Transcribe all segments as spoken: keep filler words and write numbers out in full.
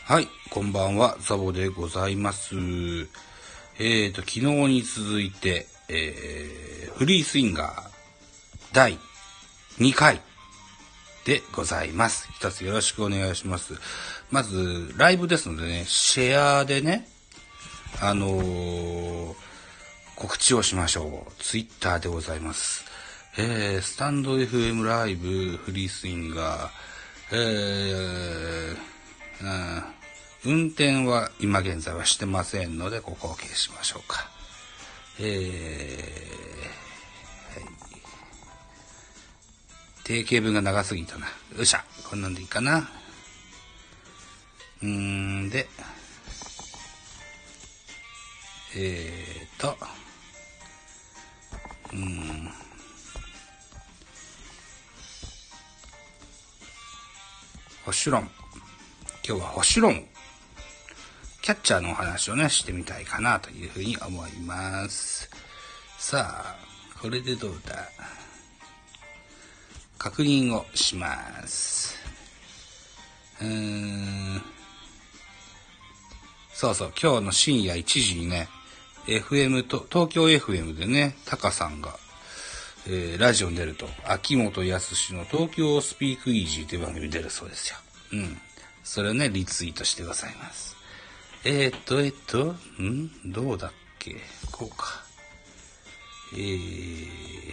はい、こんばんは、ザボでございます。えーと、昨日に続いて、えー、フリースインガーだいにかいでございます。一つよろしくお願いします。まず、ライブですのでね、シェアでね、あのー、告知をしましょう。ツイッターでございます。えー、スタンド エフエム ライブ、フリースインガー、えー、うん運転は今現在はしてませんので、ここを消しましょうか。えー、はい、定型文が長すぎたな。よっしゃ、こんなんでいいかな。うーんで、えーと、うーん、星論。今日は星論。キャッチャーのお話をね、してみたいかなというふうに思います。さあ、これでどうだ。確認をします。うーん。そうそう、今日の深夜いちじにね、エフエム と、東京 エフエム でね、タカさんが、えー、ラジオに出ると、秋元康の東京スピークイージーという番組に出るそうですよ。うん。それをね、リツイートしてくださいます。えー、っと、えっと、んどうだっけこうか。えー、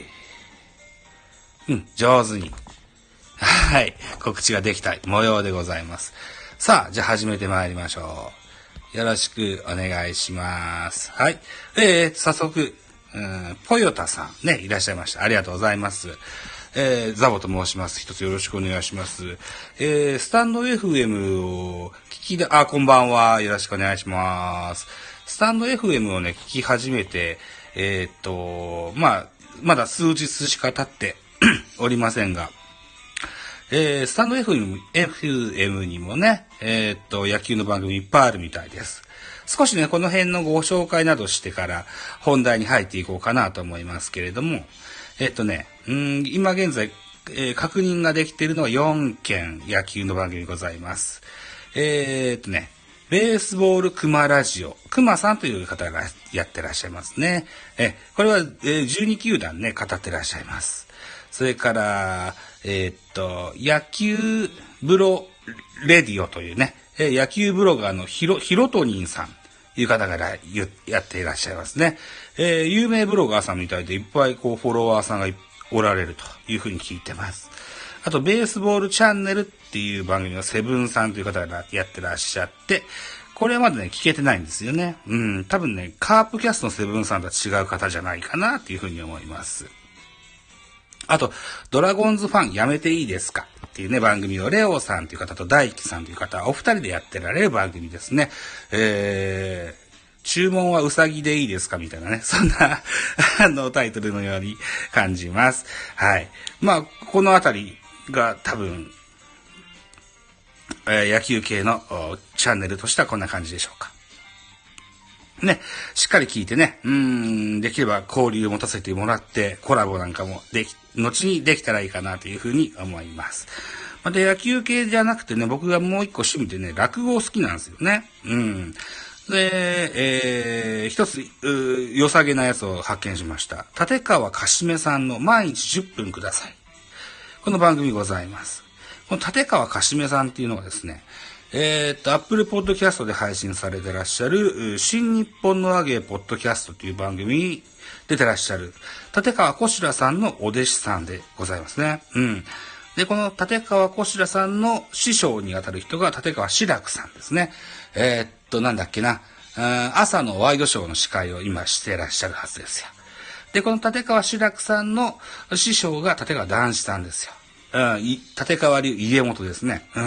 うん、上手に。はい、告知ができた模様でございます。さあ、じゃあ始めてまいりましょう。よろしくお願いします。はい。えー、早速、うん、ポヨタさんね、いらっしゃいました。ありがとうございます。えー、ザボと申します。一つよろしくお願いします。えー、スタンド エフエム を聞きで、あ、こんばんは。よろしくお願いします。スタンド エフエム をね、聞き始めて、えー、っと、まあ、まだ数日しか経っておりませんが、えー、スタンド エフエム、エフエム にもね、えー、っと、野球の番組いっぱいあるみたいです。少しね、この辺のご紹介などしてから本題に入っていこうかなと思いますけれども、えっとね、うん今現在、えー、確認ができているのはよんけん野球の番組ございます。えー、っとね、ベースボールクマラジオ。クマさんという方がやってらっしゃいますね。え、これは、えー、じゅうにきゅうだんね、語ってらっしゃいます。それから、えー、っと、野球ブロレディオというね、えー、野球ブロガーのヒロ、ヒロトニンさんという方がやっていらっしゃいますね。えー、有名ブロガーさんみたいでいっぱいこうフォロワーさんがおられるというふうに聞いてます。あと、ベースボールチャンネルっていう番組のセブンさんという方がやってらっしゃって、これはまだね、聞けてないんですよね。うん、多分ね、カープキャストのセブンさんとは違う方じゃないかなっていうふうに思います。あと、ドラゴンズファンやめていいですかっていうね、番組をレオさんという方と大輝さんという方、お二人でやってられる番組ですね。えー、注文はうさぎでいいですかみたいなね、そんな、あの、タイトルのように感じます。はい。まあ、このあたりが多分、えー、野球系のチャンネルとしてはこんな感じでしょうか。ね、しっかり聞いてね、うーん、できれば交流を持たせてもらって、コラボなんかもでき、後にできたらいいかなというふうに思います。また野球系じゃなくてね、僕がもう一個趣味でね、落語好きなんですよね。うん。で、えー、一つ、良さげなやつを発見しました。立川かしめさんの毎日じゅっぷんください。この番組ございます。この立川かしめさんっていうのがですね、えー、っと、Apple Podcast で配信されてらっしゃる、新日本の揚げポッドキャストという番組に出てらっしゃる、立川こしらさんのお弟子さんでございますね。うん。で、この立川こしらさんの師匠にあたる人が立川志らくさんですね。えー、っと、なんだっけな、朝のワイドショーの司会を今してらっしゃるはずですよ。で、この立川志らくさんの師匠が立川談志さんですよ。うん、立川流家元ですね。うん。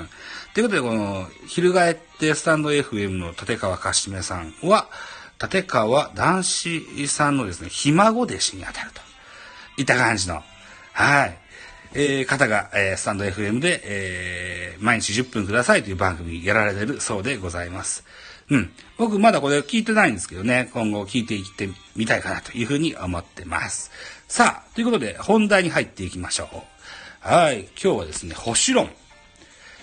ということで、この、翻ってスタンド エフエム の立川かしめさんは、立川談志さんのですね、ひ孫弟子にあたるといった感じの、はい、えー、方が、えー、スタンド エフエム で、えー、毎日じゅっぷんくださいという番組やられてるそうでございます。うん。僕まだこれ聞いてないんですけどね、今後聞いていってみたいかなというふうに思ってます。さあ、ということで本題に入っていきましょう。はい、今日はですね、星論。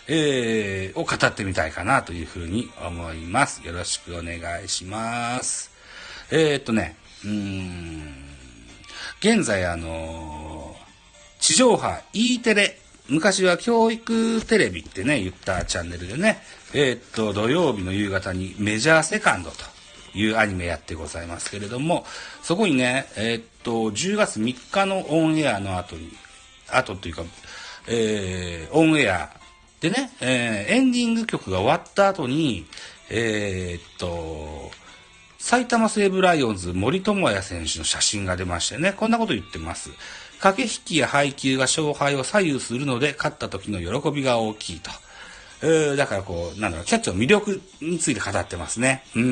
えー、を語ってみたいかなというふうに思います。よろしくお願いします。えー、っとね、うーん、現在あのー、地上波 E テレ、昔は教育テレビってね、言ったチャンネルでね、えー、っと、土曜日の夕方にメジャーセカンドというアニメやってございますけれども、そこにね、えー、っと、じゅうがつみっかのオンエアの後に、後というか、えー、オンエアでね、えー、エンディング曲が終わった後に、えー、っと、埼玉西武ライオンズ森友哉選手の写真が出ましてね、こんなこと言ってます。駆け引きや配球が勝敗を左右するので、勝った時の喜びが大きいと。えー、だからこう、なんだろう、キャッチャーの魅力について語ってますね。うん。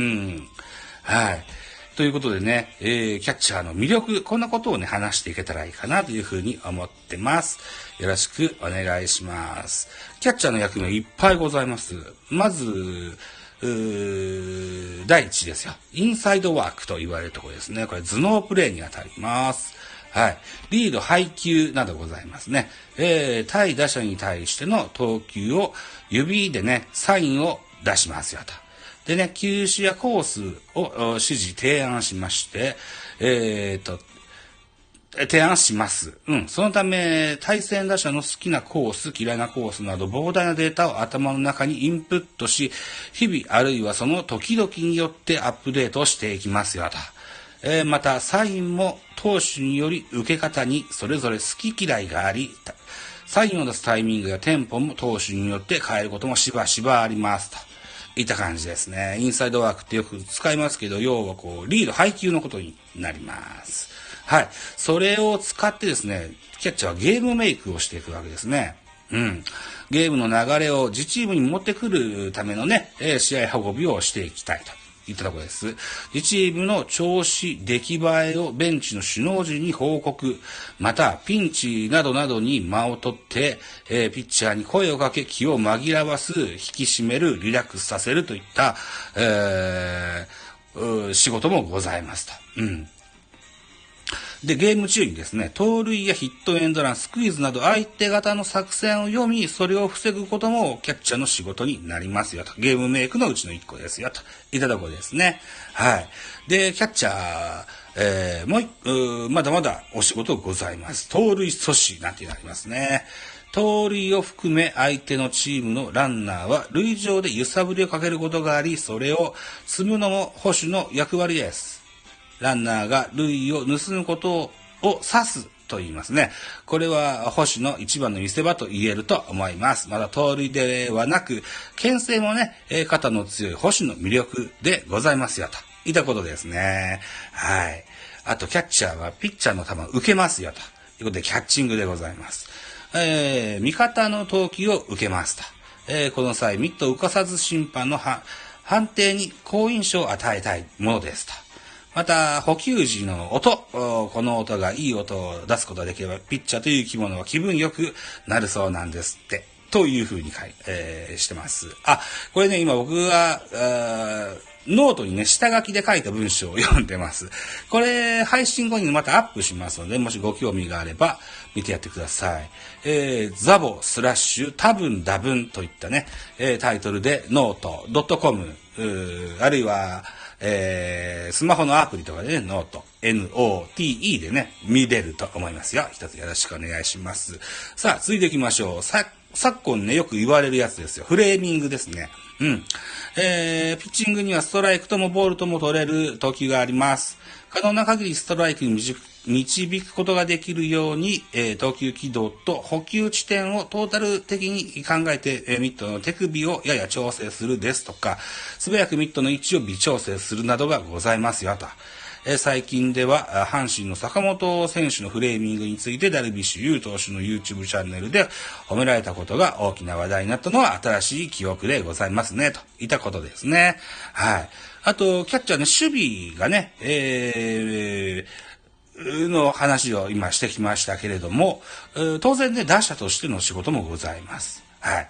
はい。ということでね、えー、キャッチャーの魅力、こんなことをね、話していけたらいいかなというふうに思ってます。よろしくお願いします。キャッチャーの役目いっぱいございます。まず、うー第一ですよ。インサイドワークと言われるところですね。これ頭脳プレーにあたります。はい。リード、配球などございますね。えー、対打者に対しての投球を指でね、サインを出しますよと。でね、球種やコースを指示、提案しまして、えーと、提案します。うん。そのため、対戦打者の好きなコース、嫌いなコースなど膨大なデータを頭の中にインプットし、日々あるいはその時々によってアップデートしていきますよと。えー、また、サインも投手により受け方にそれぞれ好き嫌いがあり、サインを出すタイミングやテンポも投手によって変えることもしばしばありますと。いった感じですね。インサイドワークってよく使いますけど、要はこう、リード、配球のことになります。はい。それを使ってですね、キャッチャーはゲームメイクをしていくわけですね。うん。ゲームの流れを自チームに持ってくるためのね、えー、試合運びをしていきたいといったところです。自チームの調子、出来栄えをベンチの首脳陣に報告、またピンチなどなどに間を取って、えー、ピッチャーに声をかけ、気を紛らわす、引き締める、リラックスさせるといった、えー、仕事もございますと。うん。で、ゲーム中にですね、盗塁やヒットエンドラン、スクイズなど相手方の作戦を読み、それを防ぐこともキャッチャーの仕事になりますよと。ゲームメイクのうちの一個ですよと。いったところですね。はい。で、キャッチャー、えー、もう、うまだまだお仕事ございます。盗塁阻止なんてなりますね。盗塁を含め相手のチームのランナーは塁上で揺さぶりをかけることがあり、それを積むのも捕手の役割です。ランナーが塁を盗むことを指すと言いますね。これは捕手の一番の見せ場と言えると思います。まだ盗塁ではなく、牽制もね、肩の強い捕手の魅力でございますよといったことですね。はい。あとキャッチャーはピッチャーの球を受けますよということでキャッチングでございます。えー、味方の投球を受けますと。えー、この際ミットを浮かさず審判の判定に好印象を与えたいものですと。また、捕球時の音、この音がいい音を出すことができれば、ピッチャーという生き物は気分よくなるそうなんですって。というふうに書い、えー、してます。あ、これね、今僕が、ノートにね、下書きで書いた文章を読んでます。これ、配信後にまたアップしますので、もしご興味があれば、見てやってください。えー、ザボスラッシュ多分多分といったね、えー、タイトルでノート、ドットコム、あるいは、えー、スマホのアプリとかでね、ノート、エヌオーティーイー でね、見れると思いますよ。一つよろしくお願いします。さあ、続いていきましょう。さ、昨今ね、よく言われるやつですよ。フレーミングですね。うん。えー、ピッチングにはストライクともボールとも取れる投球があります。可能な限りストライクに導くことができるように、えー、投球軌道と補給地点をトータル的に考えて、えー、ミットの手首をやや調整するですとか、素早くミットの位置を微調整するなどがございますよと。えー、最近では、阪神の坂本選手のフレーミングについてダルビッシュ有投手の YouTube チャンネルで褒められたことが大きな話題になったのは新しい記憶でございますね、といったことですね。はい。あと、キャッチャーの守備がね、えー、の話を今してきましたけれども、当然ね、打者としての仕事もございます。はい。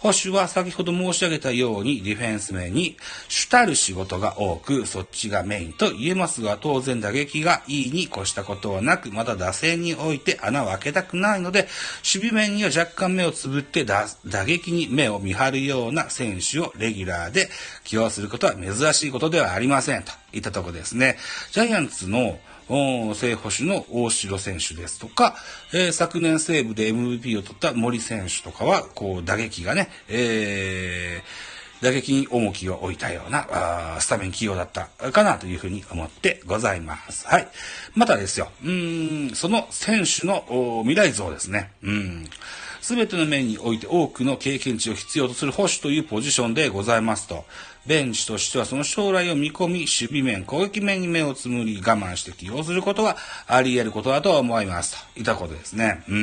保守は先ほど申し上げたようにディフェンス面に主たる仕事が多く、そっちがメインと言えますが、当然打撃がいいに越したことはなく、また打線において穴を開けたくないので、守備面には若干目をつぶって打撃に目を見張るような選手をレギュラーで起用することは珍しいことではありませんといったところですね。ジャイアンツの正捕手の大城選手ですとか、えー、昨年西武で エムブイピー を取った森選手とかは、こう打撃がね、えー、打撃に重きを置いたようなあスタメン起用だったかなというふうに思ってございます。はい。またですよ、うーん、その選手の未来像ですね。うん。すべての面において多くの経験値を必要とする保守というポジションでございますと、ベンチとしてはその将来を見込み、守備面、攻撃面に目をつむり我慢して起用することはあり得ることだと思いますといったことですね。うん。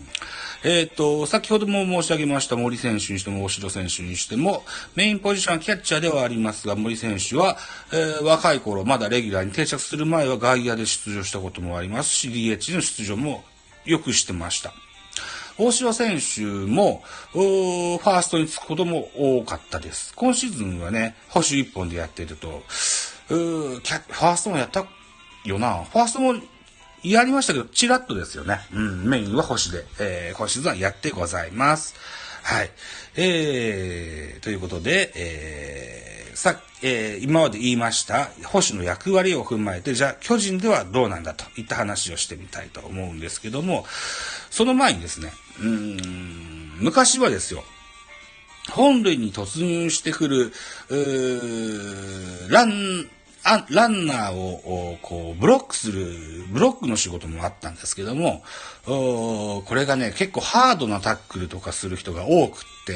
えっと、先ほども申し上げました森選手にしても大城選手にしても、メインポジションはキャッチャーではありますが、森選手は、えー、若い頃、まだレギュラーに定着する前は外野で出場したこともありますし、ディーエイチ の出場もよくしてました。大城選手も、ファーストにつくことも多かったです。今シーズンはね、保守一本でやってると、うキャファーストもやったよな。ファーストもやりましたけど、チラッとですよね。うん、メインは保守で、えー、今シーズンはやってございます。はい。えー、ということで、えー、さ、えー、今まで言いました、保守の役割を踏まえて、じゃあ、巨人ではどうなんだといった話をしてみたいと思うんですけども、その前にですね、うーん、昔はですよ、本塁に突入してくる、うーラン、あランナーをこうブロックする、ブロックの仕事もあったんですけども、これがね、結構ハードなタックルとかする人が多くって、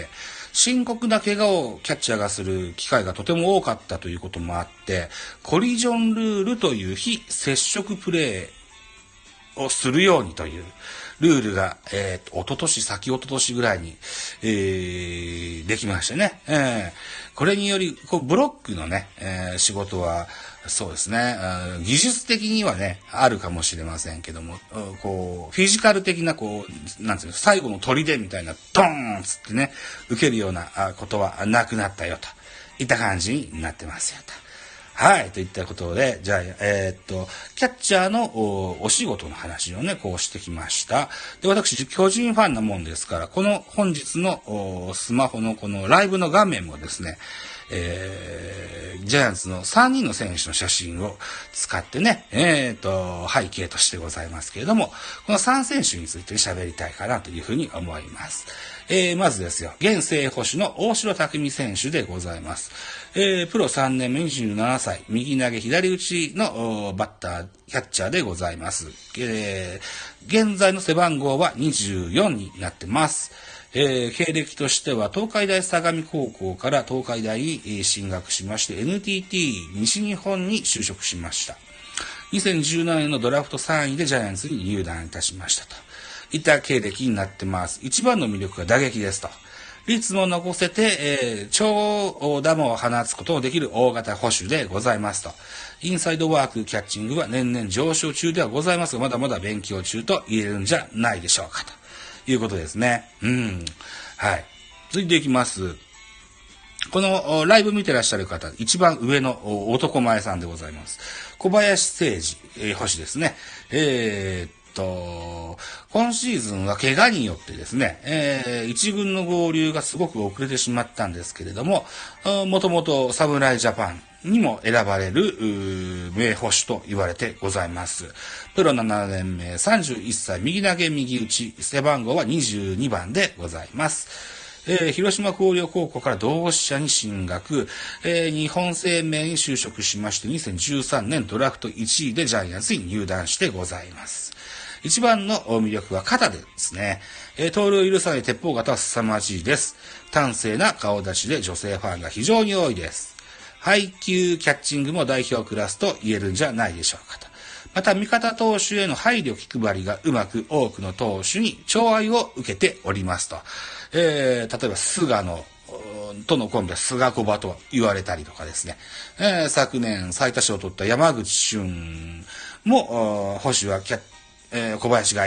深刻な怪我をキャッチャーがする機会がとても多かったということもあって、コリジョンルールという非接触プレーをするようにというルールが、えー、おととし、先おととしぐらいに、えー、できましてね。えー、これにより、こう、ブロックのね、えー、仕事は、そうですね、技術的にはね、あるかもしれませんけども、こう、フィジカル的な、こう、なんていうの、最後の砦みたいな、ドーンつってね、受けるようなことはなくなったよ、といった感じになってますよ、と。はい。といったことで、じゃあ、えー、っと、キャッチャーの お, お仕事の話をね、こうしてきました。で、私、巨人ファンなもんですから、この本日のスマホのこのライブの画面もですね、えー、ジャイアンツのさんにんの選手の写真を使ってね、えー、っと、背景としてございますけれども、このさん選手について喋りたいかなというふうに思います。えー、まずですよ、現正捕手の大城卓三選手でございます。えー、プロさんねんめにじゅうななさい、右投げ左打ちのバッター、キャッチャーでございます。えー、現在の背番号はにじゅうよんになってます。えー、経歴としては東海大相模高校から東海大に進学しまして エヌティーティー 西日本に就職しました。にせんじゅうななねんのドラフトさんいでジャイアンツに入団いたしましたといった経歴になってます。一番の魅力が打撃ですと。率も残せて、えー、長打も放つことのできる大型捕手でございますと。インサイドワーク、キャッチングは年々上昇中ではございますが、まだまだ勉強中と言えるんじゃないでしょうかということですね。うん。はい。続いていきます。このライブ見てらっしゃる方、一番上の男前さんでございます。小林誠司、えー、捕手ですね。えーと、今シーズンは怪我によってですね、えー、一軍の合流がすごく遅れてしまったんですけれども、もともと侍ジャパンにも選ばれる名捕手と言われてございます。プロななねんめ、さんじゅういっさい、右投げ右打ち、背番号はにじゅうにばんでございます。えー、広島広陵高校から同志社に進学、えー、日本生命に就職しまして、にせんじゅうさんねんドラフトいちいでジャイアンツに入団してございます。一番の魅力は肩ですね。えー、盗塁を許さない鉄砲肩は凄まじいです。端正な顔立ちで女性ファンが非常に多いです。配球、キャッチングも代表クラスと言えるんじゃないでしょうかと。また、味方投手への配慮気配りがうまく多くの投手に寵愛を受けておりますと。えー、例えば、菅野とのコンビは菅小場と言われたりとかですね。えー、昨年最多勝を取った山口俊も、捕手はキャッえー、小林がいいと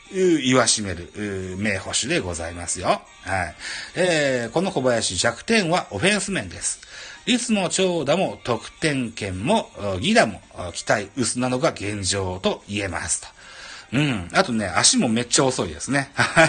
言わしめる名捕手でございますよ。はい。えー、この小林弱点はオフェンス面です。率も長打も得点圏も犠打も期待薄なのが現状と言えますと。うん。あとね、足もめっちゃ遅いですね。はい。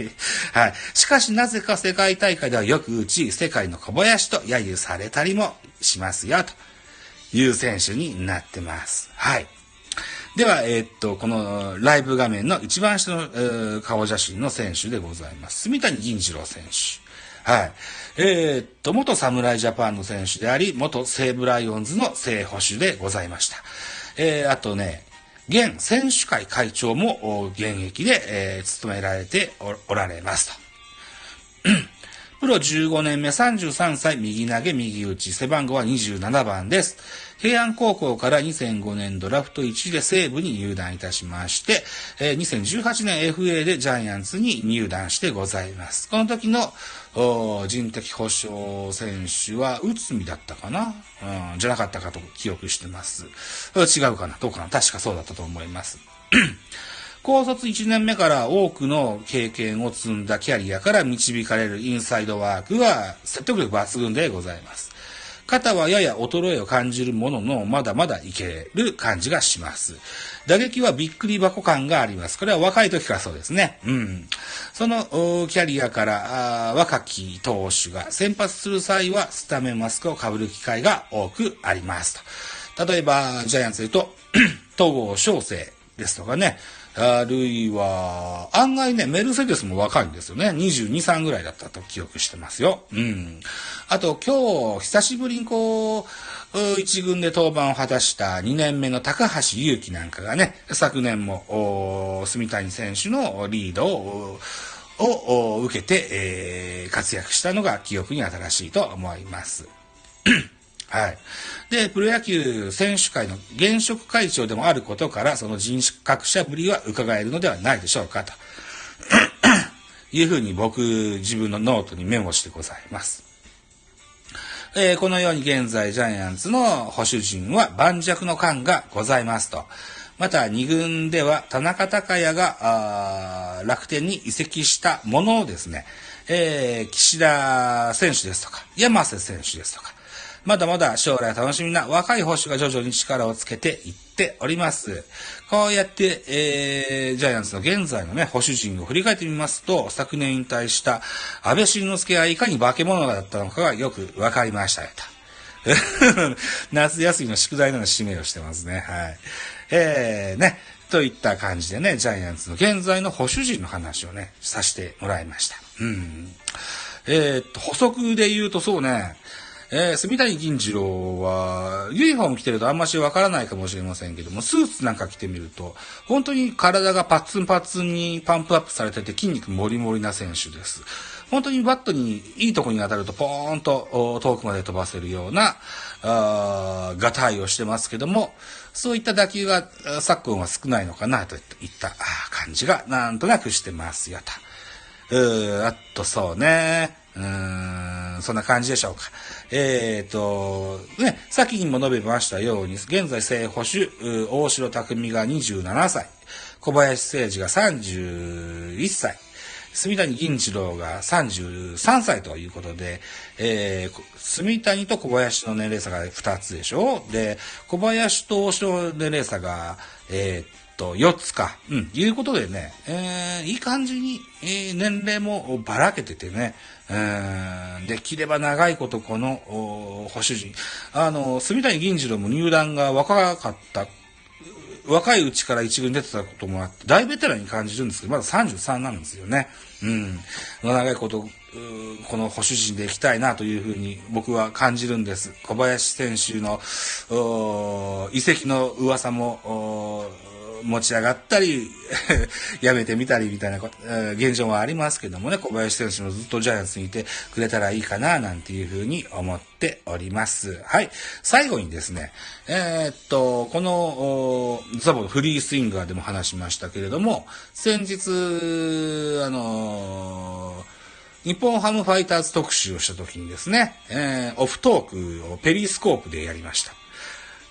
はい。しかしなぜか世界大会ではよく打ち、世界の小林と揶揄されたりもしますよ、という選手になってます。はい。では、えー、っと、このライブ画面の一番下の、えー、顔写真の選手でございます。住谷銀次郎選手。はい。えー、っと、元侍ジャパンの選手であり、元西武ライオンズの正捕手でございました。えー、あとね、現選手会会長も現役で、えー、務められて お, おられますと。プロじゅうごねんめさんじゅうさんさい右投げ右打ち背番号はにじゅうななばんです。平安高校からにせんごねんドラフトいちいで西武に入団いたしまして、えー、にせんじゅうはちねん エフエー でジャイアンツに入団してございます。この時の人的保障選手は内海だったかな、うん、じゃなかったかと記憶してます。違うかなどうかな確かそうだったと思います。高卒いちねんめから多くの経験を積んだキャリアから導かれるインサイドワークは説得力抜群でございます。肩はやや衰えを感じるものの、まだまだいける感じがします。打撃はびっくり箱感があります。これは若い時からそうですね。うん。そのキャリアから若き投手が先発する際はスタメンマスクを被る機会が多くありますと。例えば、ジャイアンツで言うと、戸郷翔征ですとかね。あるいは、案外ね、メルセデスも若いんですよね。にじゅうに、さんぐらいだったと記憶してますよ。うん。あと、今日、久しぶりにこう、一軍で登板を果たしたにねんめの高橋優輝なんかがね、昨年も、住谷選手のリードを、を受けて、えー、活躍したのが記憶に新しいと思います。はい。で、プロ野球選手会の現職会長でもあることから、その人格者ぶりは伺えるのではないでしょうか、というふうに僕、自分のノートにメモしてございます。えー、このように現在ジャイアンツの保守陣は盤石の感がございますと。またに軍では田中孝也が楽天に移籍したものをですね、えー、岸田選手ですとか、山瀬選手ですとか、まだまだ将来楽しみな若い捕手が徐々に力をつけていっております。こうやって、えー、ジャイアンツの現在のね、捕手陣を振り返ってみますと、昨年引退した安倍晋之助がいかに化け物だったのかがよくわかりましたよと。夏休みの宿題のような使命をしてますね。はい。えー、ね。といった感じでね、ジャイアンツの現在の捕手陣の話をね、させてもらいました。うん。えー、っと、補足で言うとそうね、えー、住谷銀次郎は、ユニフォーム着てるとあんましわからないかもしれませんけども、スーツなんか着てみると、本当に体がパッツンパッツンにパンプアップされてて筋肉もりもりな選手です。本当にバットにいいとこに当たるとポーンと遠くまで飛ばせるような、あガタイをしてますけども、そういった打球が昨今は少ないのかなといった感じがなんとなくしてますよと。うーあとそうね、うーん、そんな感じでしょうか。えっと、ね、先にも述べましたように、現在正捕手、大城匠がにじゅうななさい、小林誠司がさんじゅういっさい、住谷銀次郎がさんじゅうさんさいということで、えー、住谷と小林の年齢差がふたつでしょ。で、小林と大城の年齢差が、えーと、よっつか。うん。いうことでね、えー、いい感じに、えー、年齢もばらけててね、えー、できれば長いことこの、保守陣。あの、住谷銀次郎も入団が若かった、若いうちから一軍に出てたこともあって、大ベテランに感じるんですけど、まださんじゅうさんなんですよね。うん。長いこと、この保守陣でいきたいなというふうに僕は感じるんです。小林選手の、移籍の噂も、持ち上がったりやめてみたりみたいな現状はありますけどもね、小林選手もずっとジャイアンツにいてくれたらいいかななんていうふうに思っております。はい。最後にですね、えー、っと、このザボのフリースインガーでも話しましたけれども、先日、あのー、日本ハムファイターズ特集をした時にですね、えー、オフトークをペリスコープでやりました。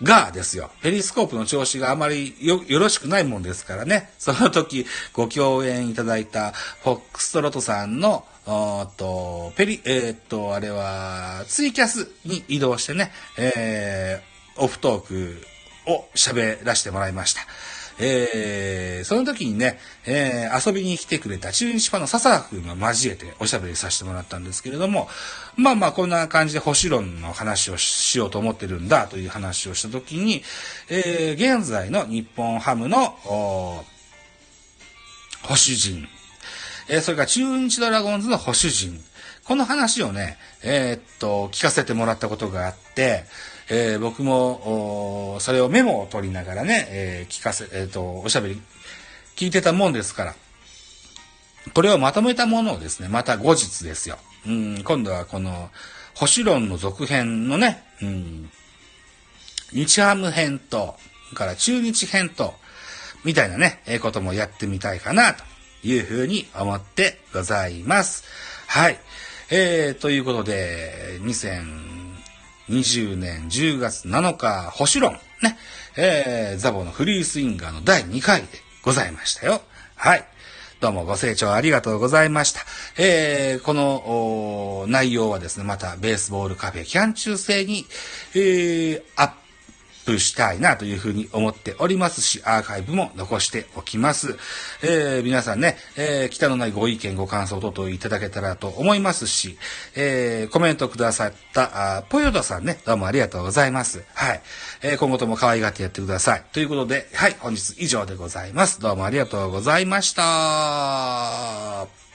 がですよ、ペリスコープの調子があまりよ、よろしくないもんですからね、その時ご共演いただいたフォックストロットさんの、おーっと、ペリ、えー、っと、あれは、ツイキャスに移動してね、えー、オフトークを喋らせてもらいました。えー、その時にね、えー、遊びに来てくれた中日ファンの笹田くんが交えておしゃべりさせてもらったんですけれども、まあまあこんな感じで星論の話をしようと思ってるんだという話をした時に、えー、現在の日本ハムの保守陣、えー、それから中日ドラゴンズの保守陣、この話をね、えー、っと、聞かせてもらったことがあって、えー、僕も、それをメモを取りながらね、えー、聞かせ、えー、っと、おしゃべり聞いてたもんですから、これをまとめたものをですね、また後日ですよ。うん、今度はこの、保守論の続編のね、うん、日ハム編と、から中日編と、みたいなね、えー、こともやってみたいかな、というふうに思ってございます。はい。えー、ということで、にせんにじゅうねんじゅうがつなのか、保守論、ね、えー、ザボのフリースインガーのだいにかいでございましたよ。はい。どうもご清聴ありがとうございました。えー、この内容はですね、またベースボールカフェキャン中制に、えー、アップしたいなというふうに思っておりますし、アーカイブも残しておきます。えー、皆さんね、えー、北のないご意見ご感想等々いただけたらと思いますし、えー、コメントくださったあポヨドさんね、どうもありがとうございます。はい、えー、今後とも可愛がってやってくださいということで、はい、本日以上でございます。どうもありがとうございました。